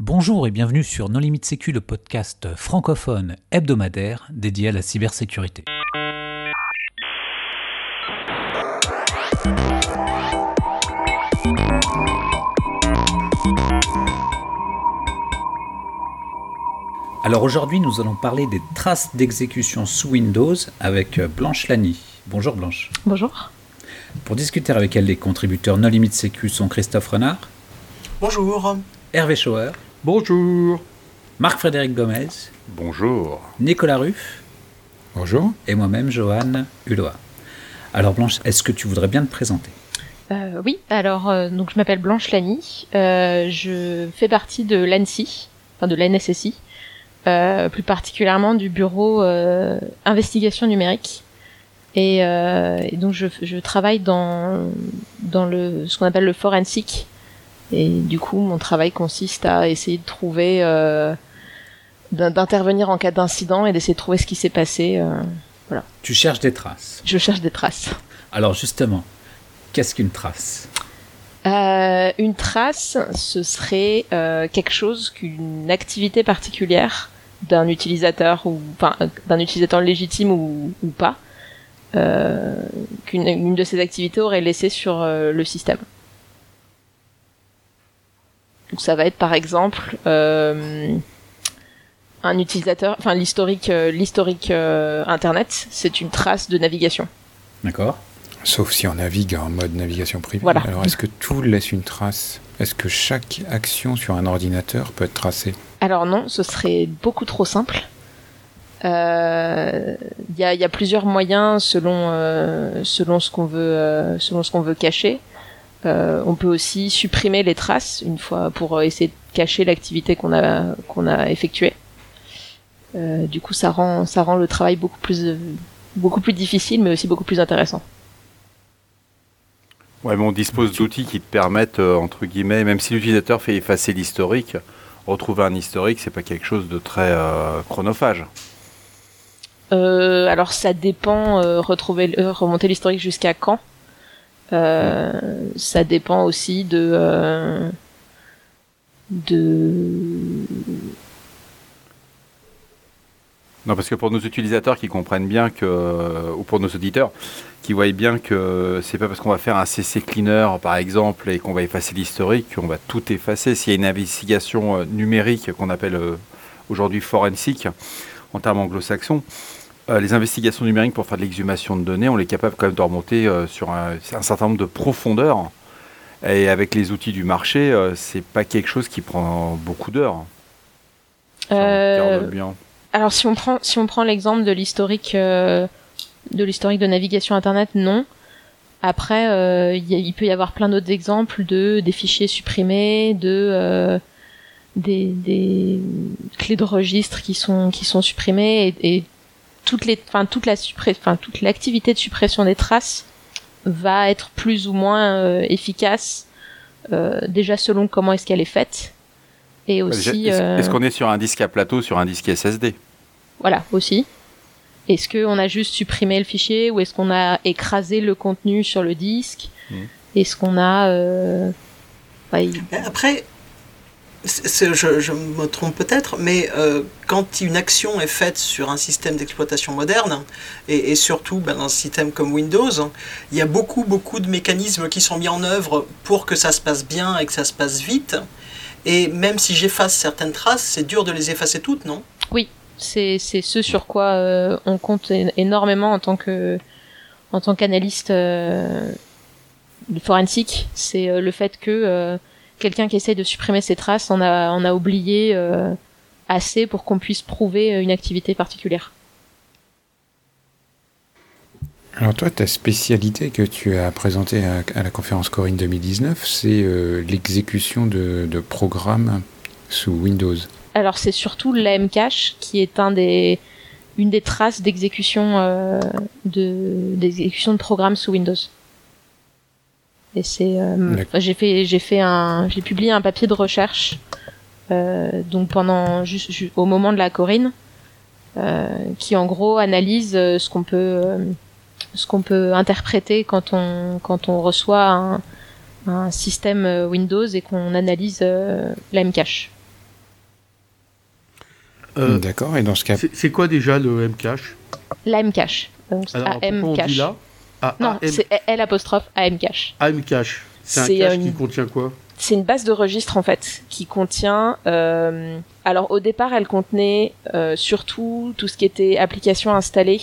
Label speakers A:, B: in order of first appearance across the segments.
A: Bonjour et bienvenue sur Non Limite Sécu, le podcast francophone hebdomadaire dédié à la cybersécurité. Alors aujourd'hui, nous allons parler des traces d'exécution sous Windows avec Blanche Lani. Bonjour Blanche.
B: Bonjour.
A: Pour discuter avec elle, les contributeurs Non Limite Sécu sont Christophe Renard.
C: Bonjour.
A: Hervé Schauer.
D: Bonjour.
A: Marc-Frédéric Gomez.
D: Bonjour.
A: Nicolas Ruff.
D: Bonjour.
A: Et moi-même, Johan Hulot. Alors Blanche, est-ce que tu voudrais bien te présenter ?
B: Oui, alors donc je m'appelle Blanche Lani, je fais partie de l'ANSSI, enfin de l'ANSSI, plus particulièrement du bureau investigation numérique, et donc je travaille dans ce qu'on appelle le forensic, et du coup mon travail consiste à essayer de trouver, d'intervenir en cas d'incident et d'essayer de trouver ce qui s'est passé. Voilà.
A: Tu cherches des traces.
B: Je cherche des traces.
A: Alors justement, qu'est-ce qu'une trace ?
B: Une trace, ce serait quelque chose qu'une activité particulière d'un utilisateur d'un utilisateur légitime ou pas, qu'une de ces activités aurait laissé sur le système. Donc ça va être par exemple un utilisateur, enfin l'historique Internet, c'est une trace de navigation.
A: D'accord.
D: Sauf si on navigue en mode navigation privée.
B: Voilà.
D: Alors, est-ce que tout laisse une trace ? Est-ce que chaque action sur un ordinateur peut être tracée ?
B: Alors non, ce serait beaucoup trop simple. Il y a plusieurs moyens selon ce qu'on veut cacher. On peut aussi supprimer les traces une fois pour essayer de cacher l'activité qu'on a effectuée. Du coup, ça rend le travail beaucoup plus difficile, mais aussi beaucoup plus intéressant.
E: Ouais, mais on dispose d'outils qui te permettent, entre guillemets, même si l'utilisateur fait effacer l'historique, retrouver un historique, c'est pas quelque chose de très chronophage.
B: Alors ça dépend, remonter l'historique jusqu'à quand. Ça dépend aussi de
E: Non, parce que pour nos utilisateurs qui comprennent bien ou pour nos auditeurs, qui voient bien que c'est pas parce qu'on va faire un CC cleaner, par exemple, et qu'on va effacer l'historique, qu'on va tout effacer. S'il y a une investigation numérique qu'on appelle aujourd'hui forensic, en termes anglo-saxons, les investigations numériques pour faire de l'exhumation de données, on est capable quand même de remonter sur un certain nombre de profondeurs. Et avec les outils du marché, c'est pas quelque chose qui prend beaucoup d'heures.
B: Alors si on prend l'exemple de l'historique de navigation Internet, non. Après, il peut y avoir plein d'autres exemples des fichiers supprimés, des clés de registre qui sont supprimées, et toute l'activité de suppression des traces va être plus ou moins efficace, déjà selon comment est-ce qu'elle est faite. Et aussi,
E: est-ce qu'on est sur un disque à plateau, sur un disque SSD ?
B: Voilà, aussi. Est-ce qu'on a juste supprimé le fichier ou est-ce qu'on a écrasé le contenu sur le disque ? Est-ce qu'on a...
C: Après, je me trompe peut-être, mais quand une action est faite sur un système d'exploitation moderne, et surtout dans un système comme Windows, il y a beaucoup de mécanismes qui sont mis en œuvre pour que ça se passe bien et que ça se passe vite. Et même si j'efface certaines traces, c'est dur de les effacer toutes, non ?
B: Oui, c'est ce sur quoi on compte énormément en tant qu'analyste forensique. C'est le fait que quelqu'un qui essaye de supprimer ses traces en a oublié assez pour qu'on puisse prouver une activité particulière.
D: Alors toi, ta spécialité que tu as présentée à la conférence Corinne 2019, c'est l'exécution de programmes sous Windows.
B: Alors c'est surtout l'AMCache qui est une des traces d'exécution de programmes sous Windows. Et c'est j'ai publié un papier de recherche donc pendant au moment de la Corinne qui en gros analyse ce qu'on peut interpréter quand on reçoit un système Windows et qu'on analyse l'AMCache.
D: D'accord, et dans ce cas...
F: C'est quoi déjà le Mcache?
B: L'AMcache. Donc c'est
F: Alors, pourquoi on dit là?
B: Non, c'est L''AMcache.
F: AMcache. C'est un cache qui contient quoi?
B: C'est une base de registre en fait qui contient. Alors au départ, elle contenait surtout tout ce qui était applications installées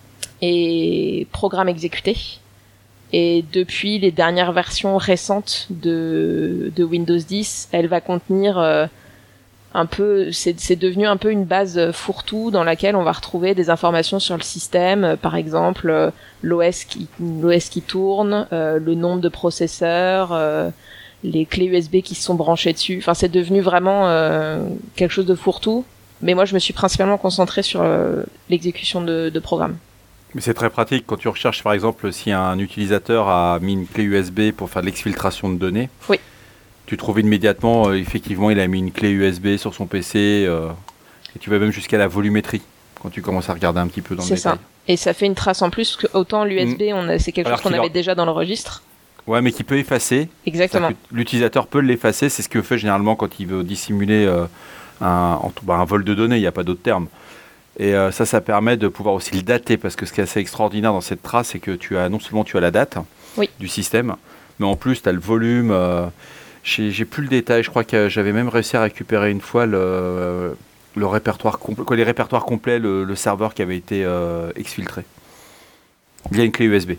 B: et programmes exécutés. Et depuis les dernières versions récentes de Windows 10, elle va contenir un peu. C'est devenu un peu une base fourre-tout dans laquelle on va retrouver des informations sur le système, par exemple l'OS qui tourne, le nombre de processeurs. Les clés USB qui se sont branchées dessus. Enfin, c'est devenu vraiment quelque chose de fourre-tout. Mais moi, je me suis principalement concentrée sur l'exécution de programmes.
E: Mais c'est très pratique quand tu recherches, par exemple, si un utilisateur a mis une clé USB pour faire de l'exfiltration de données.
B: Oui.
E: Tu trouves immédiatement, effectivement, il a mis une clé USB sur son PC. Et tu vas même jusqu'à la volumétrie quand tu commences à regarder un petit peu dans le détail. C'est ça.
B: Et ça fait une trace en plus que autant l'USB, c'est quelque chose qu'on avait déjà dans le registre.
E: Ouais, mais qui peut effacer.
B: Exactement.
E: L'utilisateur peut l'effacer, c'est ce que fait généralement quand il veut dissimuler un vol de données, il n'y a pas d'autre terme. Et ça permet de pouvoir aussi le dater, parce que ce qui est assez extraordinaire dans cette trace, c'est que non seulement tu as la date du système, mais en plus tu as le volume. J'ai plus le détail, je crois que j'avais même réussi à récupérer une fois le répertoire complet, les répertoires complets, le serveur qui avait été exfiltré via une clé USB.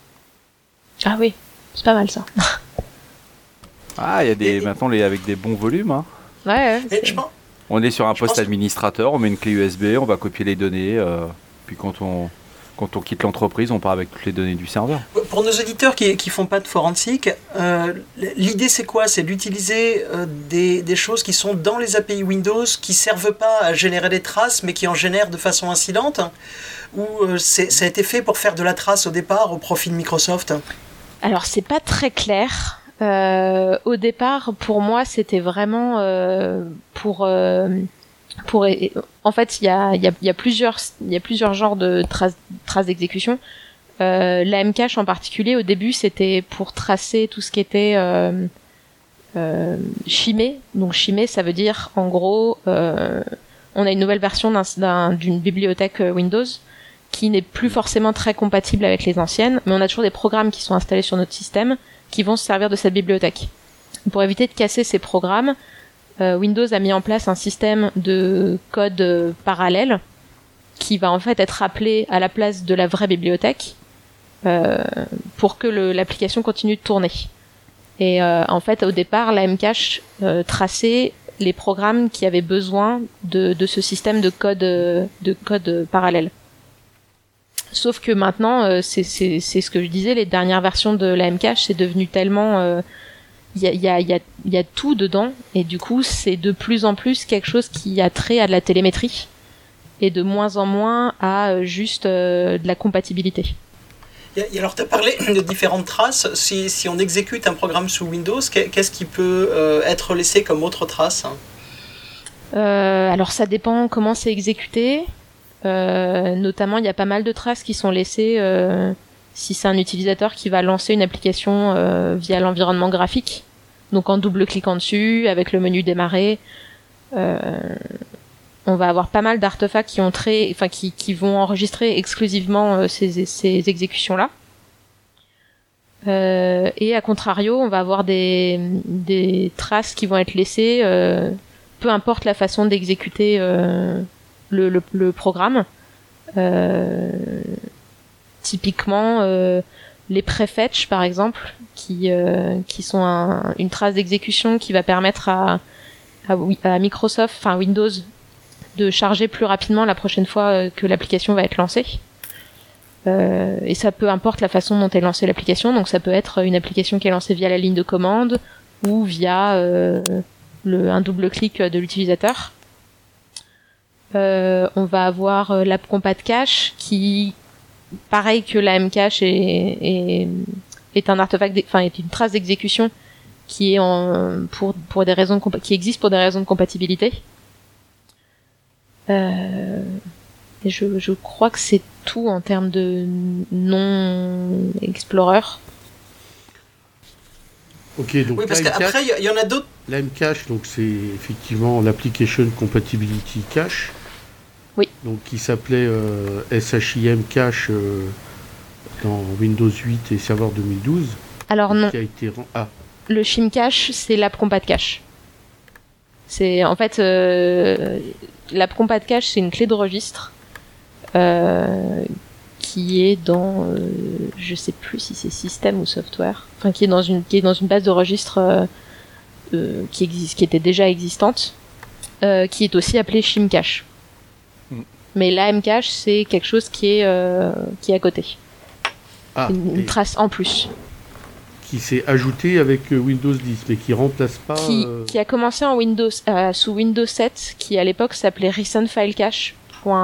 B: Ah oui. C'est pas mal ça.
E: Ah, il y a maintenant avec des bons volumes. Hein.
B: Ouais.
E: On est sur un poste administrateur, on met une clé USB, on va copier les données. Puis quand on quitte l'entreprise, on part avec toutes les données du serveur.
C: Pour nos auditeurs qui font pas de forensique, l'idée c'est quoi? C'est d'utiliser des choses qui sont dans les API Windows, qui servent pas à générer des traces, mais qui en génèrent de façon incidente, ou ça a été fait pour faire de la trace au départ au profit de Microsoft? Alors,
B: c'est pas très clair. Au départ, pour moi, c'était vraiment pour. En fait, il y a plusieurs genres de traces d'exécution. L'AMcache en particulier, au début, c'était pour tracer tout ce qui était shimé. Donc shimé, ça veut dire, en gros, on a une nouvelle version d'une bibliothèque Windows qui n'est plus forcément très compatible avec les anciennes, mais on a toujours des programmes qui sont installés sur notre système qui vont se servir de cette bibliothèque. Pour éviter de casser ces programmes, Windows a mis en place un système de code parallèle qui va en fait être appelé à la place de la vraie bibliothèque pour que l'application continue de tourner. Et en fait, au départ, l'AMcache traçait les programmes qui avaient besoin de ce système de code parallèle. Sauf que maintenant, c'est ce que je disais, les dernières versions de l'AMcache, c'est devenu tellement... Il y a tout dedans, et du coup, c'est de plus en plus quelque chose qui a trait à de la télémétrie, et de moins en moins à juste de la compatibilité.
C: Et alors, tu as parlé de différentes traces. Si on exécute un programme sous Windows, qu'est-ce qui peut être laissé comme autre trace?
B: Alors, ça dépend comment c'est exécuté. Notamment, il y a pas mal de traces qui sont laissées si c'est un utilisateur qui va lancer une application via l'environnement graphique, donc en double-cliquant dessus, avec le menu démarrer. On va avoir pas mal d'artefacts qui vont enregistrer exclusivement ces exécutions-là. Et à contrario, on va avoir des traces qui vont être laissées, peu importe la façon d'exécuter le programme. Typiquement, les prefetch par exemple, qui sont une trace d'exécution qui va permettre à Microsoft, enfin Windows, de charger plus rapidement la prochaine fois que l'application va être lancée. Et ça peu importe la façon dont est lancée l'application, donc ça peut être une application qui est lancée via la ligne de commande ou via un double-clic de l'utilisateur. On va avoir l'AppCompat Cache qui, pareil que l'AMcache, est un artefact, est une trace d'exécution qui est pour des raisons qui existe pour des raisons de compatibilité. Et je crois que c'est tout en termes de non-explorer.
F: Ok, donc
C: oui, parce qu'après, il y en a d'autres.
F: L'AMcache, donc c'est effectivement l'Application Compatibility Cache.
B: Oui.
F: Donc qui s'appelait SHIM Cache dans Windows 8 et Server 2012.
B: Alors non.
F: Qui a été
B: Le Shim Cache, c'est l'App Compat Cache. C'est en fait l'App Compat Cache, c'est une clé de registre qui est dans je sais plus si c'est système ou software, enfin qui est dans une base de registre qui était déjà existante, qui est aussi appelée Shim Cache. Mais l'AM Cache, c'est quelque chose qui est à côté. Une trace en plus.
F: Qui s'est ajouté avec Windows 10, mais qui remplace pas...
B: Qui a commencé en Windows, sous Windows 7, qui à l'époque s'appelait Recent File Cache.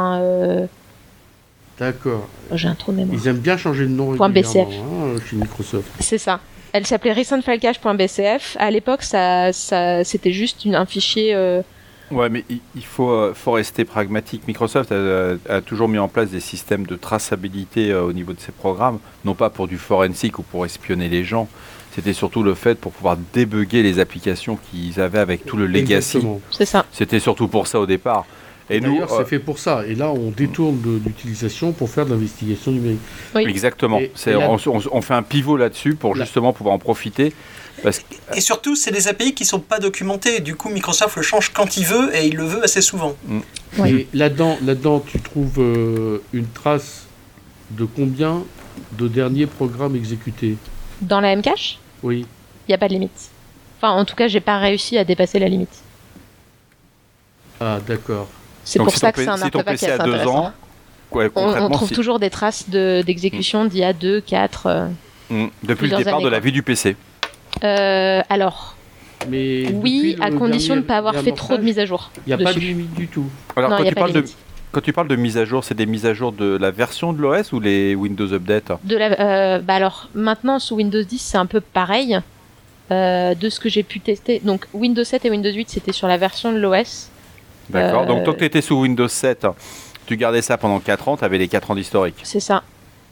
F: D'accord.
B: Oh, j'ai un trou de mémoire.
F: Ils aiment bien changer de nom
B: BCF.
F: Chez Microsoft.
B: C'est ça. Elle s'appelait recentfilecache.bcf. À l'époque, ça, c'était juste un fichier...
E: Ouais, mais il faut rester pragmatique. Microsoft a toujours mis en place des systèmes de traçabilité au niveau de ses programmes, non pas pour du forensic ou pour espionner les gens. C'était surtout le fait pour pouvoir débugger les applications qu'ils avaient avec tout le legacy.
F: Exactement.
B: C'est ça.
E: C'était surtout pour ça au départ. Et
F: d'ailleurs, c'est fait pour ça. Et là, on détourne l'utilisation pour faire de l'investigation numérique.
B: Oui.
E: Exactement. On fait un pivot là-dessus pour justement pouvoir en profiter.
C: Et surtout, c'est des API qui ne sont pas documentés. Du coup, Microsoft le change quand il veut et il le veut assez souvent.
B: Oui.
F: Et là-dedans, tu trouves une trace de combien de derniers programmes exécutés?
B: Dans la Mcache ?
F: Oui.
B: Il n'y a pas de limite. Enfin, en tout cas, j'ai pas réussi à dépasser la limite.
F: Ah, d'accord.
B: C'est donc pour ça que c'est un artefact qui est assez intéressant. On trouve toujours des traces d'exécution d'il y a 2, 4...
E: Depuis le départ de la vie du PC.
B: Alors,
F: mais
B: oui, à condition de ne pas avoir fait trop de mises à jour.
F: Il n'y a pas de limite du tout.
E: Alors, quand tu parles de mise à jour, c'est des mises à jour de la version de l'OS ou les Windows Update?
B: Alors, maintenant, sous Windows 10, c'est un peu pareil. De ce que j'ai pu tester. Donc, Windows 7 et Windows 8, c'était sur la version de l'OS.
E: D'accord, donc tant que tu étais sous Windows 7, tu gardais ça pendant 4 ans, tu avais les 4 ans d'historique.
B: C'est ça.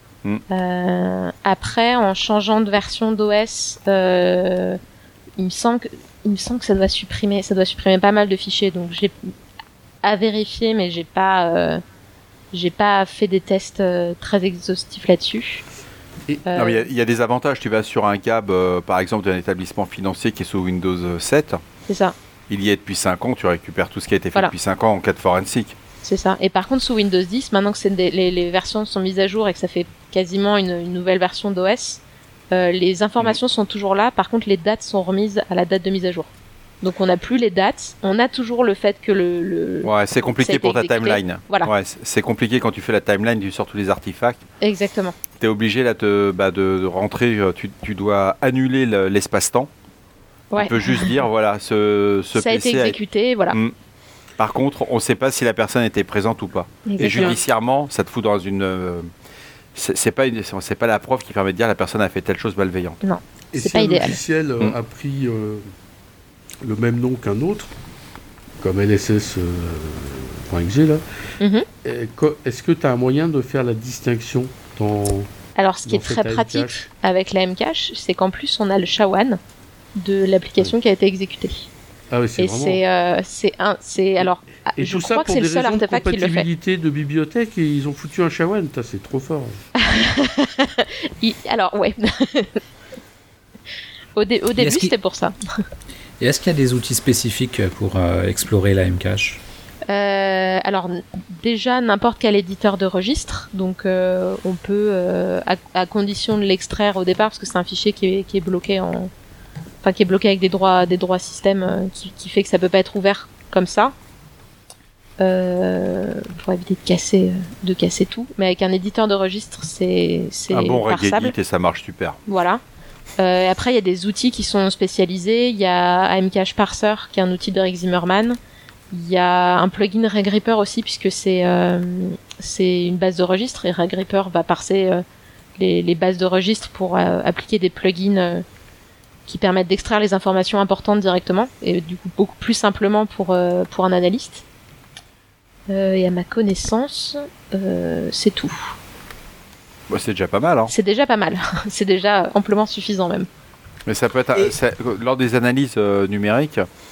B: Après, en changeant de version d'OS, il me semble que ça doit supprimer pas mal de fichiers, donc j'ai à vérifier, mais j'ai pas fait des tests très exhaustifs là-dessus.
E: Non, mais il y a des avantages. Tu vas sur un CAB, par exemple, d'un établissement financier qui est sous Windows 7.
B: C'est ça.
E: Il y est depuis 5 ans, tu récupères tout ce qui a été fait depuis 5 ans en cas de forensic.
B: C'est ça. Et par contre, sous Windows 10, maintenant que les versions sont mises à jour et que ça fait quasiment une nouvelle version d'OS, les informations sont toujours là. Par contre, les dates sont remises à la date de mise à jour. Donc on n'a plus les dates. On a toujours le fait que
E: Ouais, c'est compliqué pour ta timeline.
B: Voilà.
E: Ouais, c'est compliqué quand tu fais la timeline, tu sors tous les artefacts.
B: Exactement.
E: Tu es obligé là de rentrer, tu dois annuler l'espace-temps.
B: Ouais.
E: Tu peux juste dire, voilà, ce
B: ça
E: PC
B: a été exécuté, voilà.
E: Par contre, on ne sait pas si la personne était présente ou pas.
B: Exactement.
E: Et judiciairement, ça te fout dans une... c'est pas la preuve qui permet de dire la personne a fait telle chose malveillante.
B: Non,
F: et
B: c'est
F: si
B: pas idéal.
F: Le logiciel a pris le même nom qu'un autre, comme LSS.exe là, est-ce que tu as un moyen de faire la distinction
B: Alors, ce qui est très pratique avec la Mcache, c'est qu'en plus, on a le SHA-1 de l'application qui a été exécutée.
F: Ah oui, c'est
B: vraiment... alors,
F: et
B: je crois que c'est le seul artefact qui le fait.
F: Compatibilité de bibliothèque et ils ont foutu un SHA-1, c'est trop fort.
B: Alors, ouais. Au début, c'était pour ça.
A: Et est-ce qu'il y a des outils spécifiques pour explorer la Mcache ?
B: Alors, déjà, n'importe quel éditeur de registre. Donc, on peut, à condition de l'extraire au départ, parce que c'est un fichier qui est bloqué qui est bloqué avec des droits système qui fait que ça peut pas être ouvert comme ça. Pour éviter de casser tout. Mais avec un éditeur de registre, c'est
E: un bon
B: parsable.
E: Regedit et ça marche super.
B: Voilà. Après, il y a des outils qui sont spécialisés. Il y a AMCache Parser, qui est un outil d'Eric Zimmerman. Il y a un plugin Regripper aussi, puisque c'est une base de registre, et Regripper va parser les bases de registre pour appliquer des plugins qui permettent d'extraire les informations importantes directement, et du coup beaucoup plus simplement pour un analyste. Et à ma connaissance, c'est tout.
E: Bah, c'est déjà pas mal. Hein.
B: C'est déjà pas mal. C'est déjà amplement suffisant même.
E: Mais ça peut être lors des analyses numériques,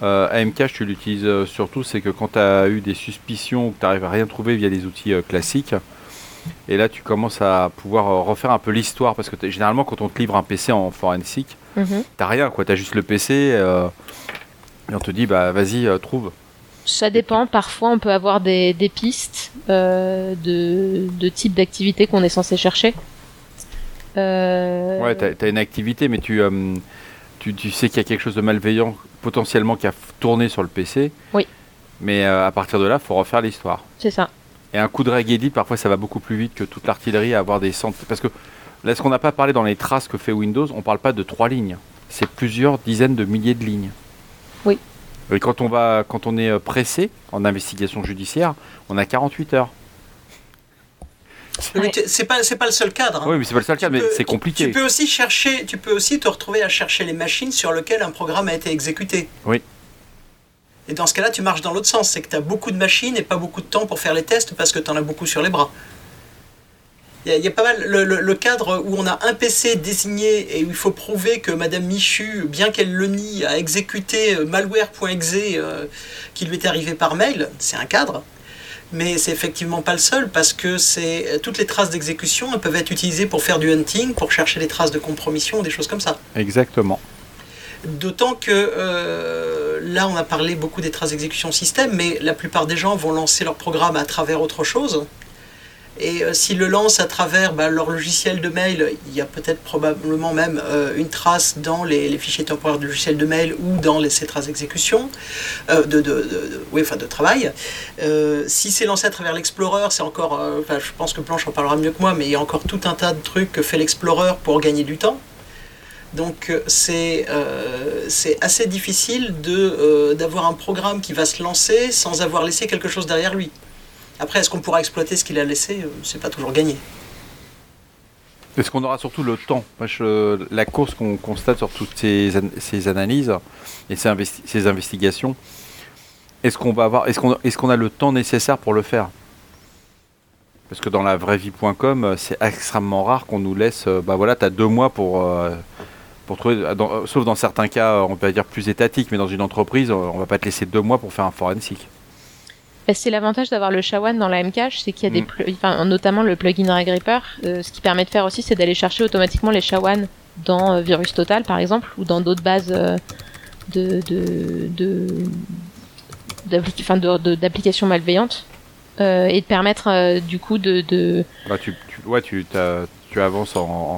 E: AMCache, tu l'utilises surtout, c'est que quand tu as eu des suspicions ou que tu n'arrives à rien trouver via des outils classiques, et là tu commences à pouvoir refaire un peu l'histoire, parce que généralement quand on te livre un PC en forensique, t'as rien, quoi, t'as juste le PC, et on te dit bah vas-y, trouve.
B: Ça dépend, parfois on peut avoir des pistes de type d'activité qu'on est censé chercher.
E: Ouais, t'as une activité, mais tu sais qu'il y a quelque chose de malveillant potentiellement qui a tourné sur le PC.
B: Oui.
E: Mais à partir de là, il faut refaire l'histoire.
B: C'est ça.
E: Et un coup de reg edit, parfois ça va beaucoup plus vite que toute l'artillerie à avoir des centaines. Parce que là, ce qu'on n'a pas parlé dans les traces que fait Windows, on ne parle pas de 3 lignes. C'est plusieurs dizaines de milliers de lignes.
B: Oui.
E: Et quand on est pressé en investigation judiciaire, on a 48 heures.
C: Ouais. C'est pas le seul cadre. Hein.
E: Oui, mais c'est pas le seul cadre, mais c'est compliqué.
C: Tu peux aussi te retrouver à chercher les machines sur lesquelles un programme a été exécuté.
E: Oui.
C: Et dans ce cas-là, tu marches dans l'autre sens. C'est que tu as beaucoup de machines et pas beaucoup de temps pour faire les tests parce que tu en as beaucoup sur les bras. Il y a pas mal le cadre où on a un PC désigné et où il faut prouver que Madame Michu, bien qu'elle le nie, a exécuté malware.exe qui lui est arrivé par mail. C'est un cadre. Mais c'est effectivement pas le seul, parce que toutes les traces d'exécution elles peuvent être utilisées pour faire du hunting, pour chercher des traces de compromission, des choses comme ça.
E: Exactement.
C: D'autant que là, on a parlé beaucoup des traces d'exécution système, mais la plupart des gens vont lancer leur programme à travers autre chose. Et s'ils le lancent à travers leur logiciel de mail, il y a peut-être probablement même une trace dans les fichiers temporaires de logiciel de mail ou dans ces traces d'exécution, de travail. Si c'est lancé à travers l'Explorer, c'est encore, je pense que Blanche en parlera mieux que moi, mais il y a encore tout un tas de trucs que fait l'Explorer pour gagner du temps. Donc c'est assez difficile d'avoir un programme qui va se lancer sans avoir laissé quelque chose derrière lui. Après, est-ce qu'on pourra exploiter ce qu'il a laissé ? C'est pas toujours gagné.
E: Est-ce qu'on aura surtout le temps ? La course qu'on constate sur toutes ces analyses et ces investigations, est-ce qu'on a le temps nécessaire pour le faire ? Parce que dans la vraie vie.com, c'est extrêmement rare qu'on nous laisse. Tu as 2 mois pour trouver. Sauf dans certains cas, on peut dire plus étatiques, mais dans une entreprise, on va pas te laisser 2 mois pour faire un forensique.
B: C'est l'avantage d'avoir le SHA-1 dans la AMCache, c'est qu'il y a notamment le plugin Regripper. Ce qui permet de faire aussi, c'est d'aller chercher automatiquement les SHA-1 dans VirusTotal, par exemple, ou dans d'autres bases d'applications malveillantes, et de permettre du coup de...
E: tu avances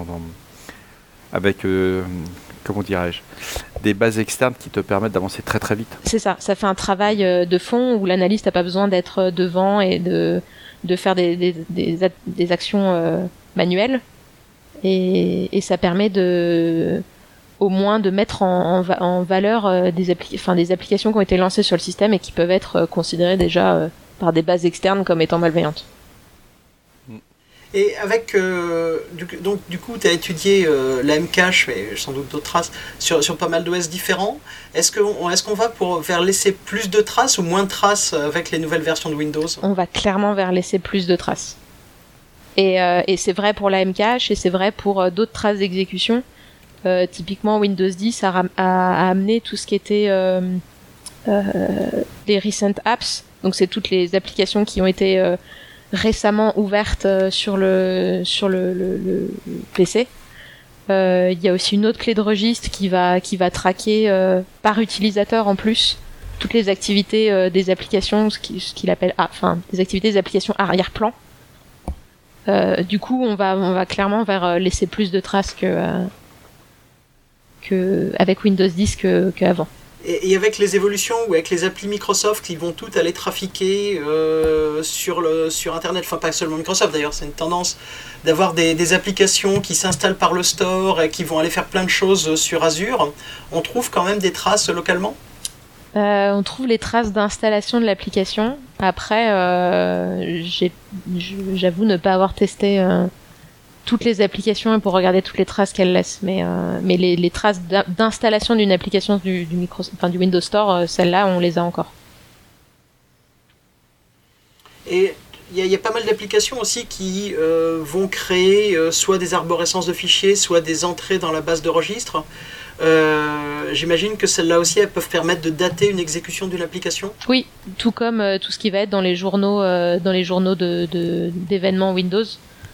E: avec comment dirais-je, des bases externes qui te permettent d'avancer très très vite.
B: C'est ça fait un travail de fond où l'analyste n'a pas besoin d'être devant et de faire des actions manuelles, et ça permet au moins de mettre en valeur des applications qui ont été lancées sur le système et qui peuvent être considérées déjà par des bases externes comme étant malveillantes.
C: Et avec, du coup, tu as étudié la AMCache, mais sans doute d'autres traces, sur pas mal d'OS différents. Est-ce qu'on va vers laisser plus de traces ou moins de traces avec les nouvelles versions de Windows ?
B: On va clairement vers laisser plus de traces. Et c'est vrai pour la AMCache, et c'est vrai pour d'autres traces d'exécution. Typiquement, Windows 10 a amené tout ce qui était les recent apps. Donc c'est toutes les applications qui ont été... récemment ouverte sur le PC. Il y a aussi une autre clé de registre qui va traquer par utilisateur en plus toutes les activités des applications, ce qu'il appelle des activités des applications arrière-plan. Du coup, on va clairement vers laisser plus de traces que avec Windows 10 qu'avant.
C: Et avec les évolutions ou avec les applis Microsoft qui vont toutes aller trafiquer sur Internet, enfin pas seulement Microsoft d'ailleurs, c'est une tendance d'avoir des applications qui s'installent par le store et qui vont aller faire plein de choses sur Azure, on trouve quand même des traces localement ?
B: On trouve les traces d'installation de l'application. Après, j'avoue ne pas avoir testé toutes les applications pour regarder toutes les traces qu'elles laissent, mais les traces d'installation d'une application du Windows Store, celles-là, on les a encore.
C: Et il y a pas mal d'applications aussi qui vont créer soit des arborescences de fichiers, soit des entrées dans la base de registre. J'imagine que celles-là aussi, elles peuvent permettre de dater une exécution d'une application.
B: Oui, tout comme tout ce qui va être dans les journaux d'événements Windows.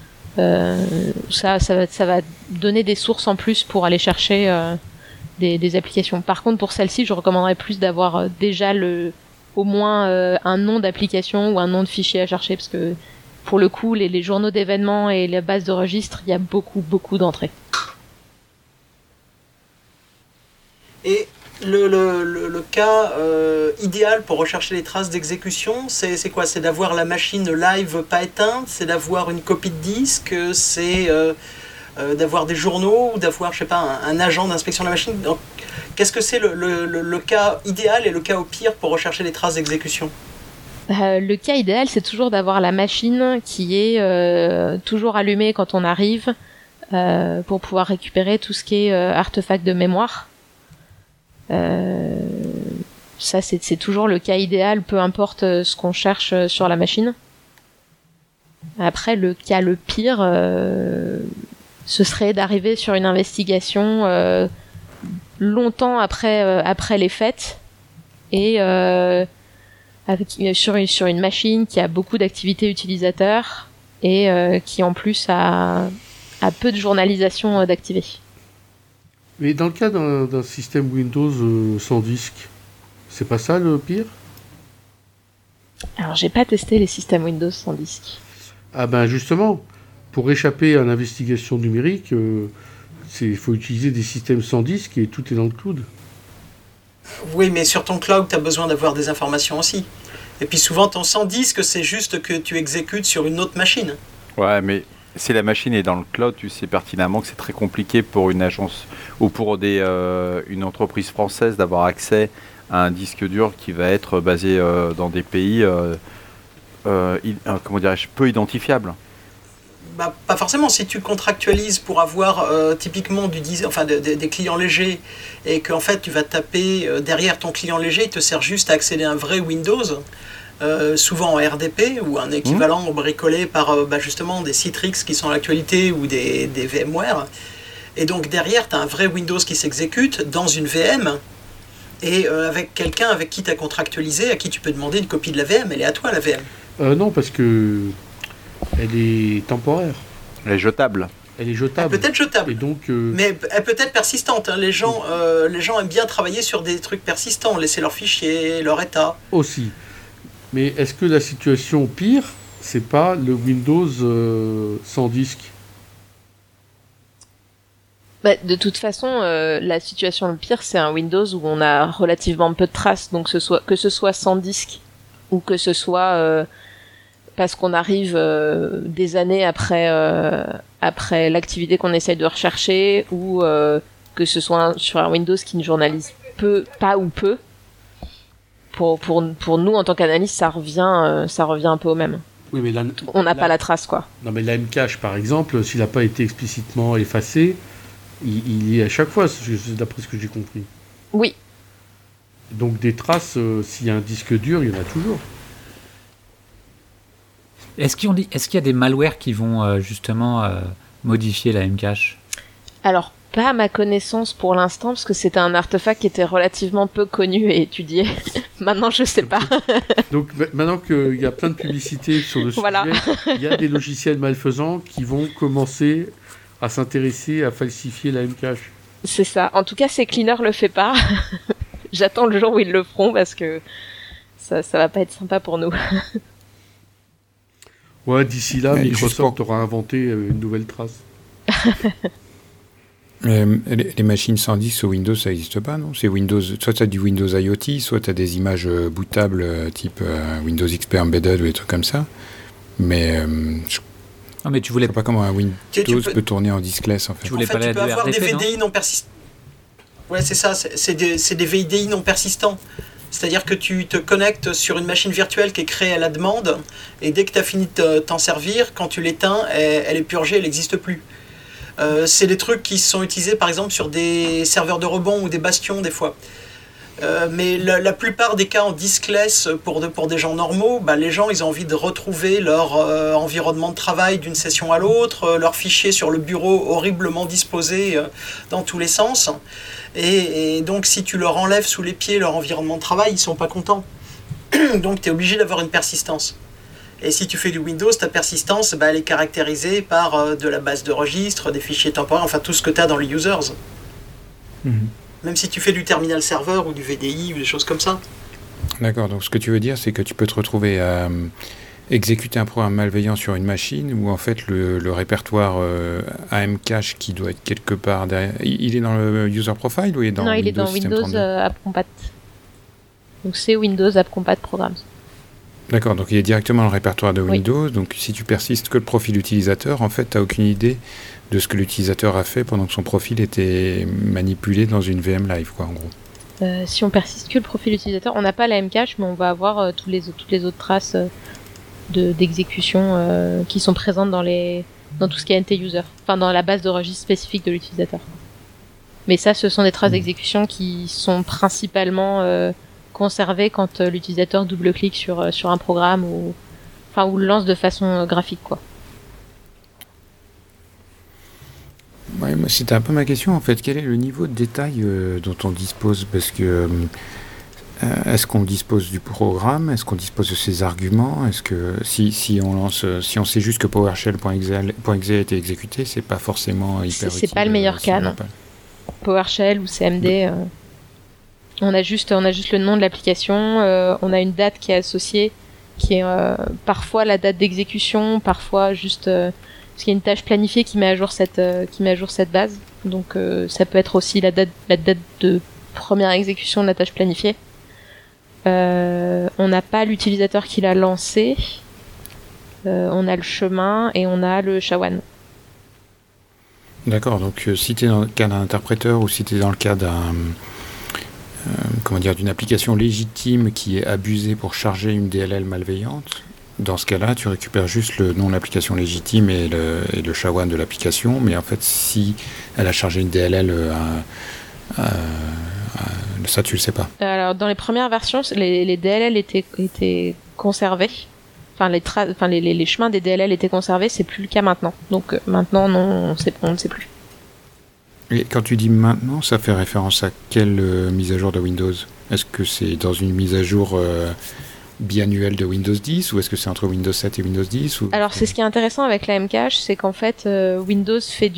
B: Ça va donner des sources en plus pour aller chercher des applications. Par contre, pour celle-ci, je recommanderais plus d'avoir déjà au moins un nom d'application ou un nom de fichier à chercher, parce que pour le coup, les journaux d'événements et les bases de registres, il y a beaucoup d'entrées.
C: Et le cas idéal pour rechercher les traces d'exécution, c'est quoi? C'est d'avoir la machine live pas éteinte, c'est d'avoir une copie de disque, c'est d'avoir des journaux, ou d'avoir, je sais pas, un agent d'inspection de la machine. Donc, qu'est-ce que c'est le cas idéal et le cas au pire pour rechercher les traces d'exécution?
B: Le cas idéal, c'est toujours d'avoir la machine qui est toujours allumée quand on arrive pour pouvoir récupérer tout ce qui est artefact de mémoire. Ça, c'est toujours le cas idéal, peu importe ce qu'on cherche sur la machine. Après, le cas le pire, ce serait d'arriver sur une investigation longtemps après les fêtes et sur une machine qui a beaucoup d'activités utilisateurs et qui en plus a peu de journalisation d'activés.
F: Mais dans le cas d'un système Windows sans disque, c'est pas ça le pire?
B: Alors, j'ai pas testé les systèmes Windows sans disque.
F: Ah ben justement, pour échapper à l'investigation numérique, il faut utiliser des systèmes sans disque et tout est dans le cloud.
C: Oui, mais sur ton cloud, tu as besoin d'avoir des informations aussi. Et puis souvent, ton sans disque, c'est juste que tu exécutes sur une autre machine.
E: Ouais, mais si la machine est dans le cloud, tu sais pertinemment que c'est très compliqué pour une agence ou pour une entreprise française d'avoir accès à un disque dur qui va être basé dans des pays comment dirais-je, peu identifiables.
C: Bah, pas forcément. Si tu contractualises pour avoir typiquement des clients légers et qu'en fait tu vas taper derrière ton client léger, il te sert juste à accéder à un vrai Windows, souvent en RDP ou un équivalent bricolé par justement des Citrix qui sont à l'actualité ou des VMware. Et donc derrière, tu as un vrai Windows qui s'exécute dans une VM et avec quelqu'un avec qui tu as contractualisé, à qui tu peux demander une copie de la VM. Elle est à toi, la VM.
F: Non, parce que elle est temporaire.
E: Elle est jetable.
F: Elle est jetable.
C: Elle peut être jetable.
F: Et donc,
C: mais elle peut être persistante. Hein. Les gens aiment bien travailler sur des trucs persistants, laisser leurs fichiers, leur état.
F: Aussi. Mais est-ce que la situation pire, c'est pas le Windows sans disque?
B: Bah, de toute façon, la situation le pire, c'est un Windows où on a relativement peu de traces, donc que ce soit sans disque ou que ce soit parce qu'on arrive des années après l'activité qu'on essaye de rechercher, ou que ce soit sur un Windows qui ne journalise pas ou peu. Pour nous, en tant qu'analyste, ça revient un peu au même.
F: Oui, mais
B: on n'a pas la trace, quoi.
F: Non, mais la Mcache, par exemple, s'il n'a pas été explicitement effacé, il y est à chaque fois, d'après ce que j'ai compris.
B: Oui.
F: Donc des traces, s'il y a un disque dur, il y en a toujours.
A: Est-ce qu'il y a des malwares qui vont justement modifier la Mcache? Alors,
B: pas à ma connaissance pour l'instant, parce que c'était un artefact qui était relativement peu connu et étudié. Maintenant, je sais pas.
F: Donc maintenant qu'il y a plein de publicités sur le sujet, voilà. Il y a des logiciels malfaisants qui vont commencer à s'intéresser à falsifier la Mcache.
B: C'est ça. En tout cas, CCleaner le fait pas. J'attends le jour où ils le feront, parce que ça va pas être sympa pour nous.
F: Ouais, d'ici là, Microsoft aura inventé une nouvelle trace.
D: Les machines sans disque sur Windows, ça n'existe pas, non? C'est Windows, soit tu as du Windows IoT, soit tu as des images bootables type Windows XP Embedded ou des trucs comme ça. Mais
A: mais tu voulais
D: pas comment un Windows peut tourner en diskless en fait.
C: Tu peux avoir des VDI non persistants. Ouais, c'est ça, c'est des VDI non persistants. C'est-à-dire que tu te connectes sur une machine virtuelle qui est créée à la demande, et dès que tu as fini de t'en servir, quand tu l'éteins, elle est purgée, elle n'existe plus. C'est des trucs qui sont utilisés par exemple sur des serveurs de rebond ou des bastions des fois. Mais la plupart des cas en diskless, pour des gens normaux, les gens ils ont envie de retrouver leur environnement de travail d'une session à l'autre, leurs fichiers sur le bureau horriblement disposés dans tous les sens. Et donc si tu leur enlèves sous les pieds leur environnement de travail, ils sont pas contents. Donc tu es obligé d'avoir une persistance. Et si tu fais du Windows, ta persistance, elle est caractérisée par de la base de registre, des fichiers temporaires, enfin tout ce que tu as dans les users. Même si tu fais du terminal serveur ou du VDI ou des choses comme ça.
D: D'accord, donc ce que tu veux dire, c'est que tu peux te retrouver à exécuter un programme malveillant sur une machine où en fait le répertoire AMCache qui doit être quelque part derrière, il est dans le user profile ou il est dans
B: Non,
D: Windows
B: il est dans
D: System
B: Windows
D: 32?
B: App Compat. Donc c'est Windows App Compat Programs.
D: D'accord, donc il est directement dans le répertoire de Windows, oui. Donc si tu persistes que le profil utilisateur, en fait, tu n'as aucune idée de ce que l'utilisateur a fait pendant que son profil était manipulé dans une VM live, quoi, en gros.
B: Si on persiste que le profil utilisateur, on n'a pas la Mcache, mais on va avoir toutes les autres traces d'exécution qui sont présentes dans tout ce qui est NT-user, enfin dans la base de registre spécifique de l'utilisateur. Mais ça, ce sont des traces d'exécution qui sont principalement conservées quand l'utilisateur double-clique sur un programme ou le lance de façon graphique, quoi.
D: Ouais, moi, c'était un peu ma question en fait. Quel est le niveau de détail dont on dispose? Parce que est-ce qu'on dispose du programme? Est-ce qu'on dispose de ses arguments? Est-ce que si on sait juste que PowerShell.exe a été exécuté, c'est pas forcément hyper utile.
B: C'est pas le meilleur cas, non. PowerShell ou CMD, on a juste le nom de l'application, on a une date qui est associée, qui est parfois la date d'exécution, parfois juste parce qu'il y a une tâche planifiée qui met à jour cette base. Donc ça peut être aussi la date de première exécution de la tâche planifiée. On n'a pas l'utilisateur qui l'a lancé. On a le chemin et on a le SHA-1.
D: D'accord, donc si tu es dans le cas d'un interpréteur ou si tu es dans le cas d'une application légitime qui est abusée pour charger une DLL malveillante, dans ce cas-là, tu récupères juste le nom de l'application légitime et le SHA-1 de l'application, mais en fait, si elle a chargé une DLL, ça tu le sais pas.
B: Alors, dans les premières versions, les DLL étaient conservés. Enfin, les chemins des DLL étaient conservés, c'est plus le cas maintenant. Donc maintenant, non, on ne sait plus.
D: Et quand tu dis maintenant, ça fait référence à quelle mise à jour de Windows? Est-ce que c'est dans une mise à jour biannuelle de Windows 10 ou est-ce que c'est entre Windows 7 et Windows 10 ou... Alors
B: c'est ce qui est intéressant avec la Mcache, c'est qu'en fait Windows fait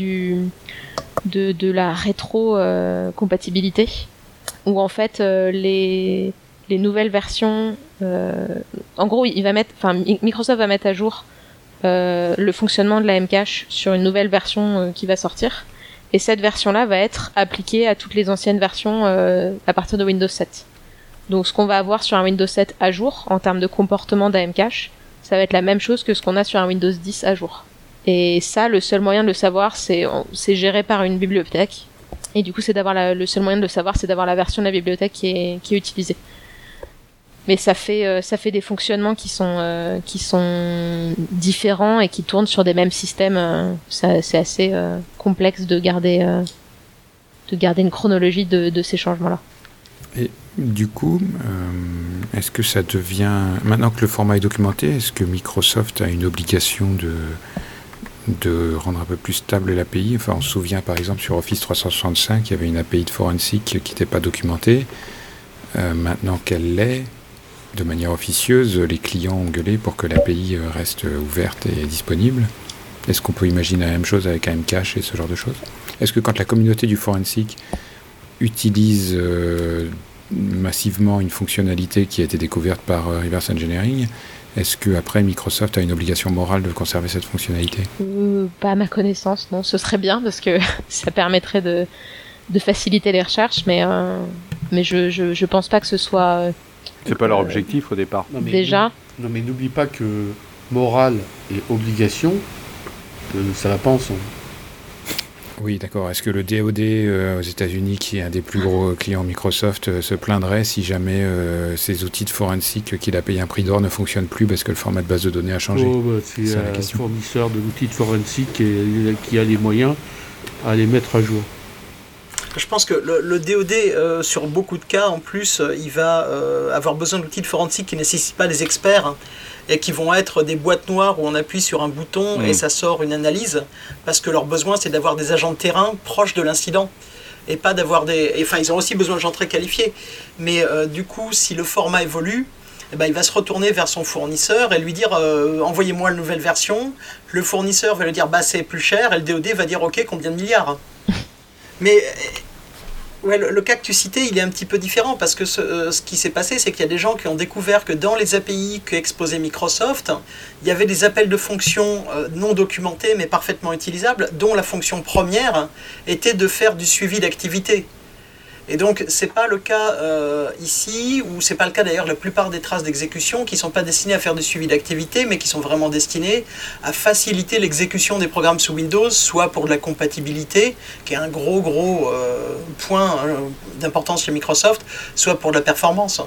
B: de la rétro compatibilité où en fait les nouvelles versions en gros Microsoft va mettre à jour le fonctionnement de la Mcache sur une nouvelle version qui va sortir et cette version-là va être appliquée à toutes les anciennes versions à partir de Windows 7. Donc ce qu'on va avoir sur un Windows 7 à jour, en termes de comportement d'AMCache, ça va être la même chose que ce qu'on a sur un Windows 10 à jour. Et ça, le seul moyen de le savoir, c'est géré par une bibliothèque. Et du coup, le seul moyen de le savoir, c'est d'avoir la version de la bibliothèque qui est utilisée. Mais ça fait des fonctionnements qui sont différents et qui tournent sur des mêmes systèmes. C'est assez complexe de garder une chronologie de ces changements-là.
D: Et du coup, est-ce que ça devient... Maintenant que le format est documenté, est-ce que Microsoft a une obligation de rendre un peu plus stable l'API? Enfin, on se souvient par exemple sur Office 365, il y avait une API de forensic qui n'était pas documentée. Maintenant qu'elle l'est, de manière officieuse, les clients ont gueulé pour que l'API reste ouverte et disponible. Est-ce qu'on peut imaginer la même chose avec AMCache et ce genre de choses? Est-ce que quand la communauté du forensic utilise massivement une fonctionnalité qui a été découverte par reverse engineering, est-ce qu'après Microsoft a une obligation morale de conserver cette fonctionnalité?
B: Pas à ma connaissance, non. Ce serait bien parce que ça permettrait de faciliter les recherches, mais je pense pas que ce soit...
E: C'est pas leur objectif au départ.
B: Déjà.
F: Non mais n'oublie pas que morale et obligation, ça va pas ensemble.
D: Oui, d'accord. Est-ce que le DoD aux États-Unis, qui est un des plus gros clients Microsoft, se plaindrait si jamais ces outils de forensic qu'il a payé un prix d'or ne fonctionnent plus parce que le format de base de données a changé?
F: C'est un fournisseur de l'outil de forensic qui a les moyens à les mettre à jour.
C: Je pense que le DoD, sur beaucoup de cas, en plus, il va avoir besoin d'outils de forensique qui ne nécessitent pas les experts, hein, et qui vont être des boîtes noires où on appuie sur un bouton et ça sort une analyse, parce que leur besoin, c'est d'avoir des agents de terrain proches de l'incident, et pas d'avoir des... Enfin, ils ont aussi besoin de gens très qualifiés, mais du coup, si le format évolue, eh ben, il va se retourner vers son fournisseur et lui dire envoyez-moi la nouvelle version. Le fournisseur va lui dire bah, c'est plus cher, et le DoD va dire ok, combien de milliards. Mais ouais, le cas que tu citais, il est un petit peu différent, parce que ce qui s'est passé, c'est qu'il y a des gens qui ont découvert que dans les API qu'exposait Microsoft, il y avait des appels de fonctions non documentés mais parfaitement utilisables, dont la fonction première était de faire du suivi d'activité. Et donc, c'est pas le cas ici, ou c'est pas le cas d'ailleurs la plupart des traces d'exécution qui sont pas destinées à faire du suivi d'activité, mais qui sont vraiment destinées à faciliter l'exécution des programmes sous Windows, soit pour de la compatibilité, qui est un gros point d'importance chez Microsoft, soit pour de la performance.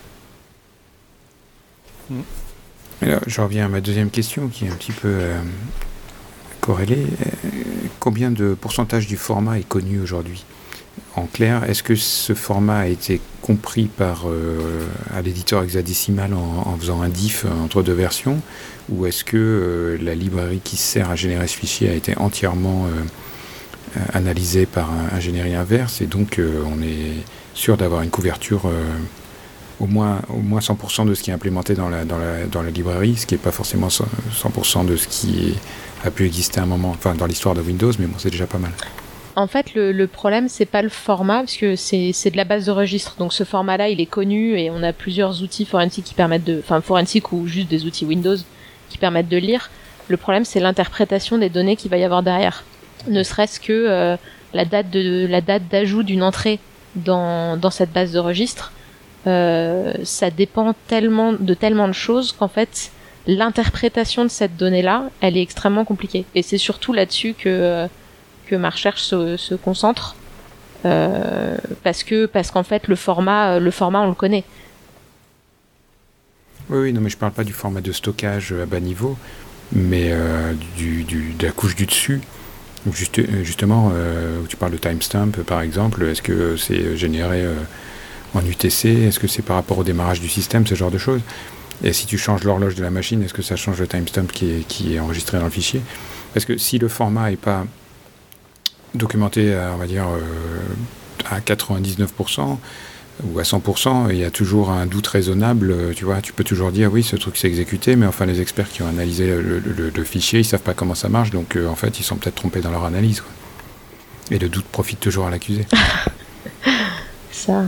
D: Alors, je reviens à ma deuxième question, qui est un petit peu corrélée. Combien de pourcentage du format est connu aujourd'hui ? En clair, est-ce que ce format a été compris à l'éditeur hexadécimal en faisant un diff entre deux versions, ou est-ce que la librairie qui sert à générer ce fichier a été entièrement analysée par un ingénierie inverse, et donc on est sûr d'avoir une couverture au moins 100% de ce qui est implémenté dans la librairie, ce qui n'est pas forcément 100% de ce qui a pu exister à un moment, enfin dans l'histoire de Windows, mais bon, c'est déjà pas mal.
B: En fait, le problème, c'est pas le format, parce que c'est de la base de registre. Donc ce format-là, il est connu, et on a plusieurs outils forensiques qui permettent forensiques ou juste des outils Windows qui permettent de lire. Le problème, c'est l'interprétation des données qu'il va y avoir derrière. Ne serait-ce que la date d'ajout d'une entrée dans cette base de registre, ça dépend tellement de choses qu'en fait, l'interprétation de cette donnée-là, elle est extrêmement compliquée. Et c'est surtout là-dessus que ma recherche se concentre, parce qu'en fait le format on le connaît.
D: Oui, non, mais je parle pas du format de stockage à bas niveau, mais de la couche du dessus, justement, où tu parles de timestamp par exemple. Est-ce que c'est généré en UTC, est-ce que c'est par rapport au démarrage du système, ce genre de choses, et si tu changes l'horloge de la machine, est-ce que ça change le timestamp qui est enregistré dans le fichier? Parce que si le format est pas documenté, on va dire, à 99% ou à 100%, il y a toujours un doute raisonnable, tu vois, tu peux toujours dire oui, ce truc s'est exécuté, mais enfin les experts qui ont analysé le fichier, ils savent pas comment ça marche, donc en fait ils sont peut-être trompés dans leur analyse, quoi. Et le doute profite toujours à l'accusé.
B: Ça.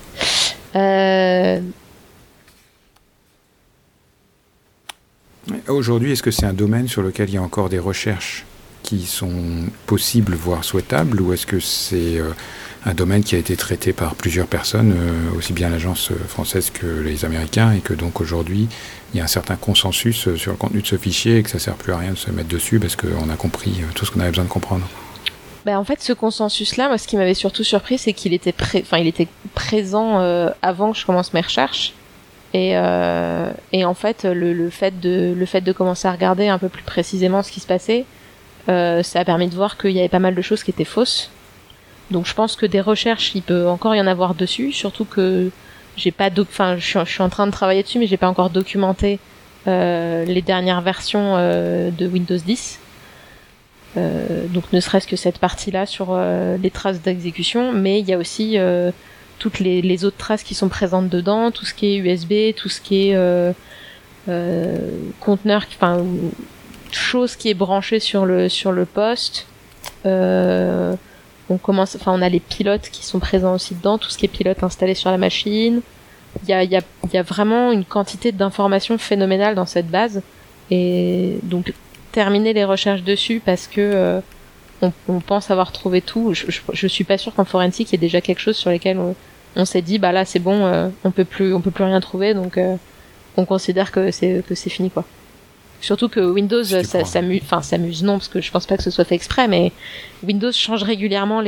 D: Aujourd'hui, est-ce que c'est un domaine sur lequel il y a encore des recherches qui sont possibles, voire souhaitables, ou est-ce que c'est un domaine qui a été traité par plusieurs personnes, aussi bien l'agence française que les Américains, et que donc aujourd'hui il y a un certain consensus sur le contenu de ce fichier et que ça ne sert plus à rien de se mettre dessus parce qu'on a compris tout ce qu'on avait besoin de comprendre?
B: En fait, ce consensus-là, moi, ce qui m'avait surtout surpris, c'est qu'il était présent avant que je commence mes recherches. Et en fait, le fait de commencer à regarder un peu plus précisément ce qui se passait, ça a permis de voir qu'il y avait pas mal de choses qui étaient fausses. Donc je pense que des recherches, il peut encore y en avoir dessus, surtout que j'ai pas je suis en train de travailler dessus, mais j'ai pas encore documenté les dernières versions de Windows 10. Donc ne serait-ce que cette partie-là sur les traces d'exécution, mais il y a aussi toutes les autres traces qui sont présentes dedans, tout ce qui est USB, tout ce qui est conteneur, chose qui est branchée sur le poste. On a les pilotes qui sont présents aussi dedans, tout ce qui est pilote installé sur la machine. Il y a vraiment une quantité d'informations phénoménales dans cette base, et donc terminer les recherches dessus parce que on pense avoir trouvé tout. Je suis pas sûre qu'en forensique il y ait déjà quelque chose sur lequel on s'est dit bah là c'est bon, on peut plus rien trouver, donc on considère que c'est fini, quoi. Surtout que Windows s'amuse non, parce que je pense pas que ce soit fait exprès, mais Windows change régulièrement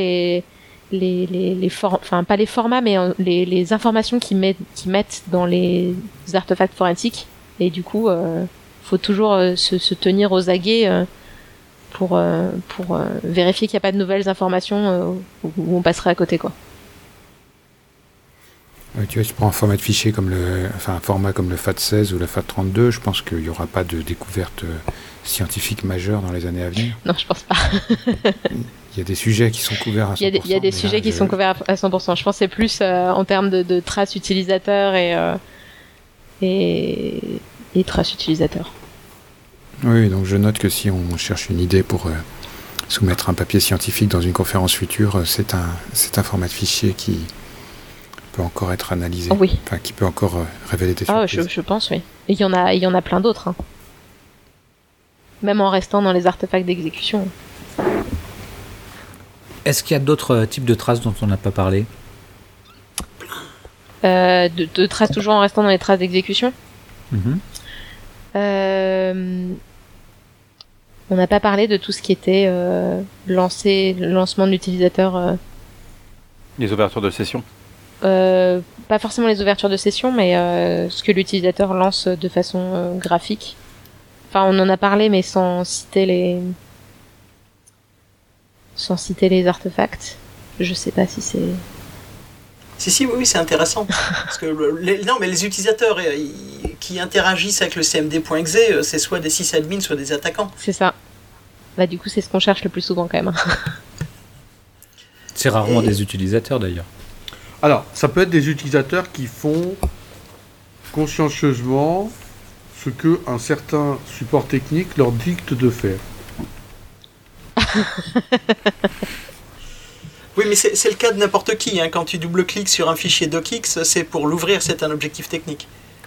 B: pas les formats, mais les informations qu'ils mettent dans les artefacts forensiques, et du coup faut toujours se tenir aux aguets pour vérifier qu'il n'y a pas de nouvelles informations où on passerait à côté, quoi.
D: Tu vois, si tu prends un format de fichier un format comme le FAT16 ou le FAT32, je pense qu'il n'y aura pas de découverte scientifique majeure dans les années à venir.
B: Non, je pense pas.
D: Il y a des sujets qui sont couverts à 100%.
B: Il y a des sujets qui sont couverts à 100%. Je pense que c'est plus en termes de traces utilisateurs et traces utilisateurs.
D: Oui, donc je note que si on cherche une idée pour soumettre un papier scientifique dans une conférence future, c'est un format de fichier qui peut encore être analysé.
B: Oui.
D: Enfin, qui peut encore révéler des surprises.
B: Je pense, oui. Et il y en a plein d'autres. Hein. Même en restant dans les artefacts d'exécution.
A: Est-ce qu'il y a d'autres types de traces dont on n'a pas parlé ?
B: De traces toujours en restant dans les traces d'exécution. On n'a pas parlé de tout ce qui était lancement de l'utilisateur.
E: Les ouvertures de session.
B: Pas forcément les ouvertures de session, mais ce que l'utilisateur lance de façon graphique. Enfin, on en a parlé, mais sans citer les artefacts. Je sais pas si c'est...
C: Oui, c'est intéressant. Parce que les utilisateurs qui interagissent avec le cmd.exe, c'est soit des sysadmins, soit des attaquants.
B: C'est ça. Bah, du coup, c'est ce qu'on cherche le plus souvent quand même.
A: C'est rarement des utilisateurs d'ailleurs.
F: Alors, ça peut être des utilisateurs qui font consciencieusement ce qu'un certain support technique leur dicte de faire.
C: Oui, mais c'est le cas de n'importe qui. Hein. Quand tu double-cliques sur un fichier docx, c'est pour l'ouvrir, c'est un objectif technique.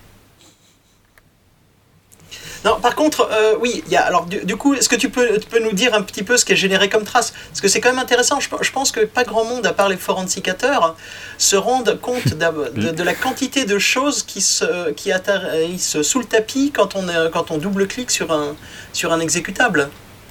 C: Non, par contre, oui, alors du coup, est-ce que tu peux nous dire un petit peu ce qui est généré comme trace ? Parce que c'est quand même intéressant. Je pense que pas grand monde, à part les forensicateurs, se rendent compte de la quantité de choses qui atterrissent sous le tapis quand on double-clique sur un exécutable.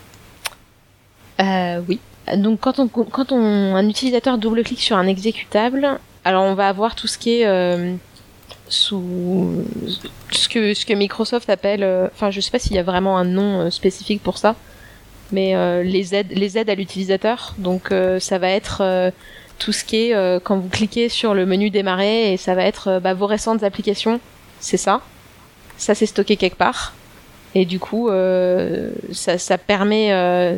B: Oui. Donc quand un utilisateur double-clique sur un exécutable, alors on va avoir tout ce qui est sous ce que Microsoft appelle, enfin je sais pas s'il y a vraiment un nom spécifique pour ça, mais les aides à l'utilisateur. Donc ça va être tout ce qui est quand vous cliquez sur le menu démarrer, et ça va être vos récentes applications, c'est ça c'est stocké quelque part, et du coup ça permet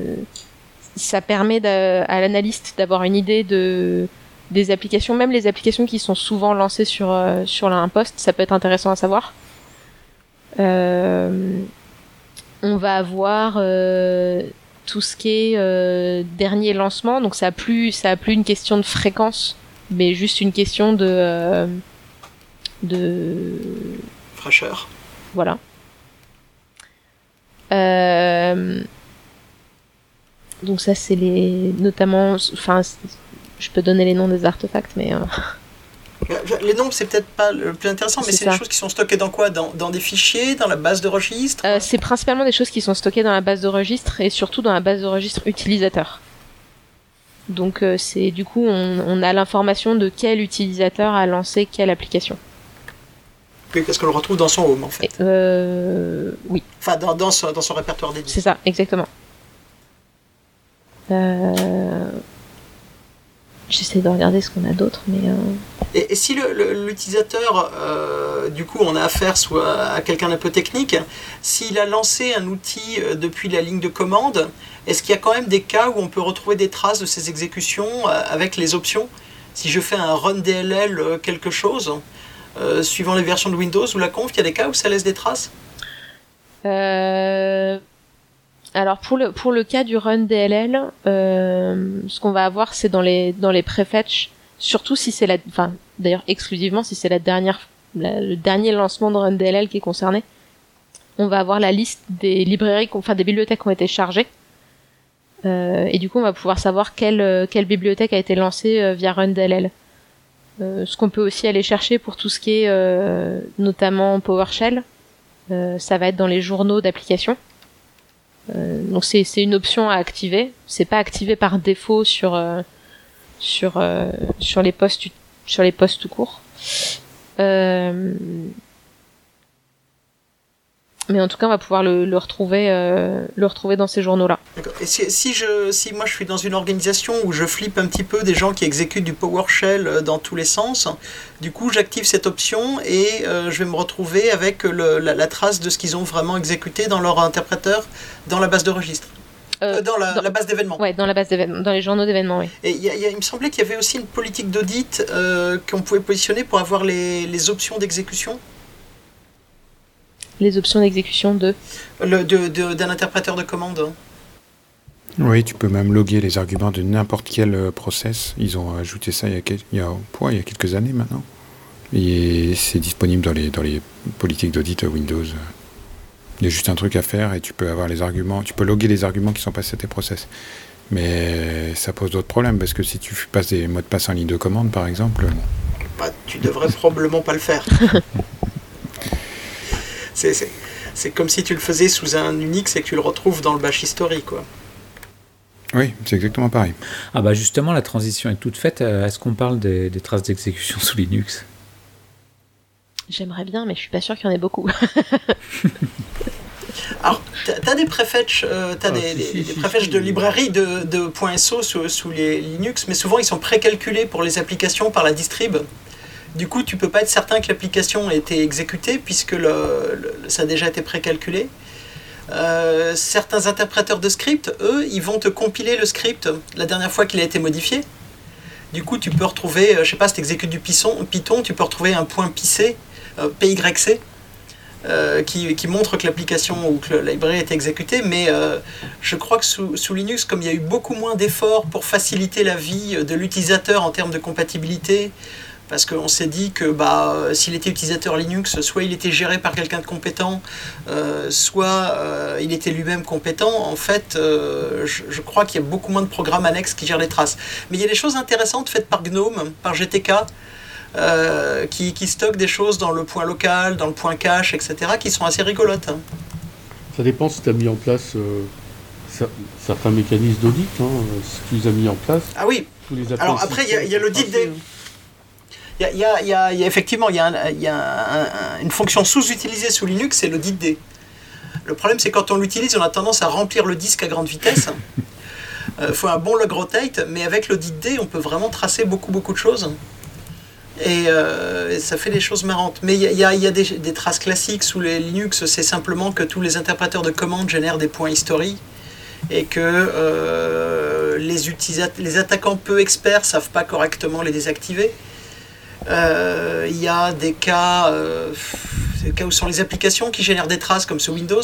B: à l'analyste d'avoir une idée des applications, même les applications qui sont souvent lancées sur un poste, ça peut être intéressant à savoir. On va avoir tout ce qui est dernier lancement, donc ça a plus une question de fréquence, mais juste une question de
C: fraîcheur.
B: Voilà. Donc ça c'est notamment, enfin je peux donner les noms des artefacts, mais
C: les noms c'est peut-être pas le plus intéressant, mais c'est des choses qui sont stockées dans quoi, dans des fichiers, dans la base de registre.
B: C'est principalement des choses qui sont stockées dans la base de registre, et surtout dans la base de registre utilisateur. Donc c'est du coup on a l'information de quel utilisateur a lancé quelle application.
C: Oui, parce qu'on le retrouve dans son home en fait.
B: Oui.
C: Enfin dans son répertoire dédié.
B: C'est ça, exactement. J'essaie de regarder ce qu'on a d'autre, mais...
C: Et si l'utilisateur, du coup, on a affaire soit à quelqu'un d'un peu technique, s'il a lancé un outil depuis la ligne de commande, est-ce qu'il y a quand même des cas où on peut retrouver des traces de ces exécutions avec les options ? Si je fais un run DLL quelque chose, suivant les versions de Windows ou la conf, il y a des cas où ça laisse des traces ?
B: Alors pour le cas du run DLL, ce qu'on va avoir c'est dans les prefetch, surtout si c'est d'ailleurs exclusivement si c'est le dernier lancement de run DLL qui est concerné. On va avoir la liste des librairies, des bibliothèques qui ont été chargées, et du coup on va pouvoir savoir quelle bibliothèque a été lancée via run DLL. Ce qu'on peut aussi aller chercher pour tout ce qui est notamment PowerShell, ça va être dans les journaux d'application. Donc c'est une option à activer. C'est pas activé par défaut sur les postes tout court. Mais en tout cas, on va pouvoir le retrouver dans ces journaux-là.
C: D'accord. Et si moi je suis dans une organisation où je flippe un petit peu des gens qui exécutent du PowerShell dans tous les sens, du coup j'active cette option et je vais me retrouver avec la trace de ce qu'ils ont vraiment exécuté dans leur interpréteur, dans la base de registre. Dans la base d'événements.
B: Ouais, dans la base d'événements, dans les journaux d'événements, oui.
C: Et il me semblait qu'il y avait aussi une politique d'audit qu'on pouvait positionner pour avoir les options d'exécution.
B: Les options d'exécution
C: d'un interpréteur de commande.
D: Oui, tu peux même loguer les arguments de n'importe quel process. Ils ont ajouté ça il y a quelques années maintenant. Et c'est disponible dans les politiques d'audit Windows. Il y a juste un truc à faire et tu peux avoir les arguments. Tu peux loguer les arguments qui sont passés à tes process. Mais ça pose d'autres problèmes parce que si tu passes des mots de passe en ligne de commande, par exemple...
C: tu devrais probablement pas le faire. C'est comme si tu le faisais sous un Unix et que tu le retrouves dans le bash history, quoi.
D: Oui, c'est exactement pareil.
A: Ah bah justement, la transition est toute faite. Est-ce qu'on parle des traces d'exécution sous Linux ?
B: J'aimerais bien, mais je suis pas sûr qu'il y en ait beaucoup.
C: Alors, t'as des prefetch, des prefetch de librairie de .so sous les Linux, mais souvent ils sont précalculés pour les applications par la distrib. Du coup, tu peux pas être certain que l'application a été exécutée puisque ça a déjà été précalculé. Certains interpréteurs de script, eux, ils vont te compiler le script la dernière fois qu'il a été modifié. Du coup, tu peux retrouver, je sais pas, si tu exécutes du Python, tu peux retrouver un point PYC, qui montre que l'application ou que la librairie a été exécutée, mais je crois que sous Linux, comme il y a eu beaucoup moins d'efforts pour faciliter la vie de l'utilisateur en termes de compatibilité, parce qu'on s'est dit que s'il était utilisateur Linux, soit il était géré par quelqu'un de compétent, soit il était lui-même compétent. En fait, je crois qu'il y a beaucoup moins de programmes annexes qui gèrent les traces. Mais il y a des choses intéressantes faites par GNOME, par GTK, qui stockent des choses dans le point local, dans le point cache, etc., qui sont assez rigolotes. Hein.
F: Ça dépend si tu as mis en place certains mécanismes d'audit, si tu les as mis en place.
C: Ah oui. Alors après, il y a l'audit des... Effectivement, il y a une fonction sous-utilisée sous Linux, c'est l'audit D. Le problème, c'est quand on l'utilise, on a tendance à remplir le disque à grande vitesse. Faut un bon log rotate, mais avec l'audit D, on peut vraiment tracer beaucoup de choses. Et ça fait des choses marrantes. Mais il y a des traces classiques sous les Linux, c'est simplement que tous les interpréteurs de commandes génèrent des points history et que les attaquants peu experts savent pas correctement les désactiver. Il y a des cas où sont les applications qui génèrent des traces comme sous Windows.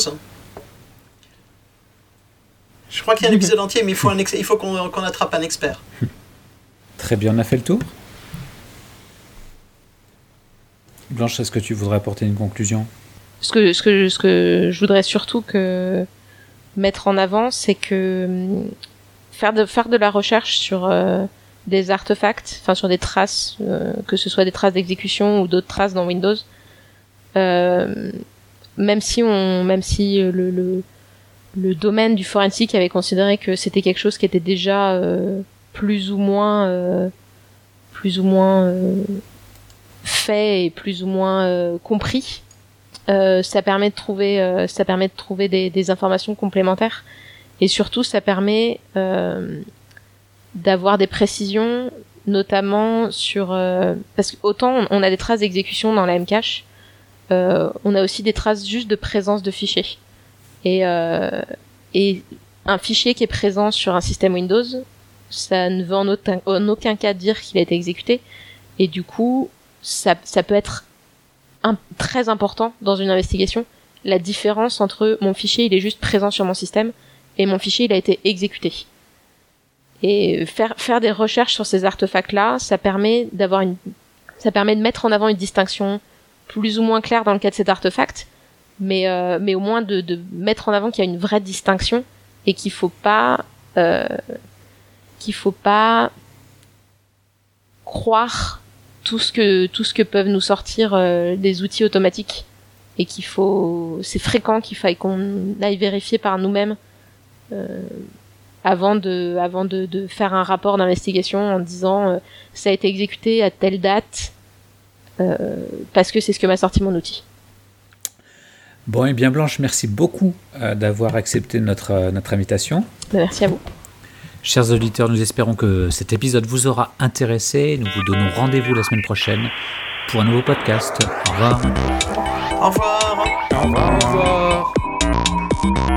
C: Je crois qu'il y a un épisode entier, mais il faut qu'on attrape un expert.
A: Très bien, on a fait le tour. Blanche, est-ce que tu voudrais apporter une conclusion ?
B: Ce que je voudrais surtout mettre en avant, c'est que faire de la recherche sur des artefacts, enfin sur des traces, que ce soit des traces d'exécution ou d'autres traces dans Windows, même si le domaine du forensique avait considéré que c'était quelque chose qui était déjà plus ou moins fait et plus ou moins compris, ça permet de trouver des informations complémentaires, et surtout ça permet d'avoir des précisions, notamment sur parce que autant on a des traces d'exécution dans la Mcache, on a aussi des traces juste de présence de fichiers, et un fichier qui est présent sur un système Windows, ça ne veut en aucun cas dire qu'il a été exécuté, et du coup ça peut être très important dans une investigation, la différence entre mon fichier il est juste présent sur mon système et mon fichier il a été exécuté. Et faire des recherches sur ces artefacts-là, ça permet de mettre en avant une distinction plus ou moins claire dans le cas de cet artefact, mais au moins de mettre en avant qu'il y a une vraie distinction et qu'il faut pas croire tout ce que peuvent nous sortir des outils automatiques, et c'est fréquent qu'il faille qu'on aille vérifier par nous-mêmes avant de faire un rapport d'investigation en disant ça a été exécuté à telle date parce que c'est ce que m'a sorti mon outil.
A: Bon, et bien Blanche, merci beaucoup d'avoir accepté notre invitation.
B: Merci à vous.
A: Chers auditeurs, nous espérons que cet épisode vous aura intéressé. Nous vous donnons rendez-vous la semaine prochaine pour un nouveau podcast. Au revoir.
C: Au revoir.
F: Au revoir.